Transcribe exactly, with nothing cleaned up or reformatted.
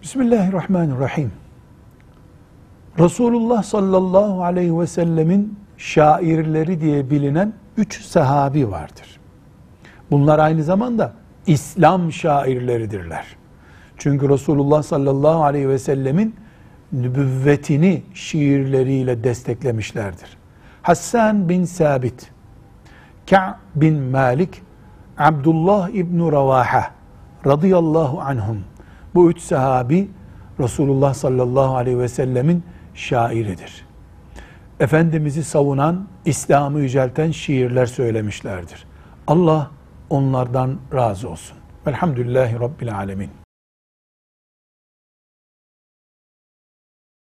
Bismillahirrahmanirrahim. Resulullah sallallahu aleyhi ve sellemin şairleri diye bilinen üç sahabi vardır. Bunlar aynı zamanda İslam şairleridirler. Çünkü Resulullah sallallahu aleyhi ve sellemin nübüvvetini şiirleriyle desteklemişlerdir. Hassan bin Sabit, Ka'b bin Malik, Abdullah İbn Ravaha radıyallahu anhum. Bu üç sahabi Resulullah sallallahu aleyhi ve sellemin şairidir. Efendimiz'i savunan, İslam'ı yücelten şiirler söylemişlerdir. Allah onlardan razı olsun. Velhamdülillahi Rabbil alemin.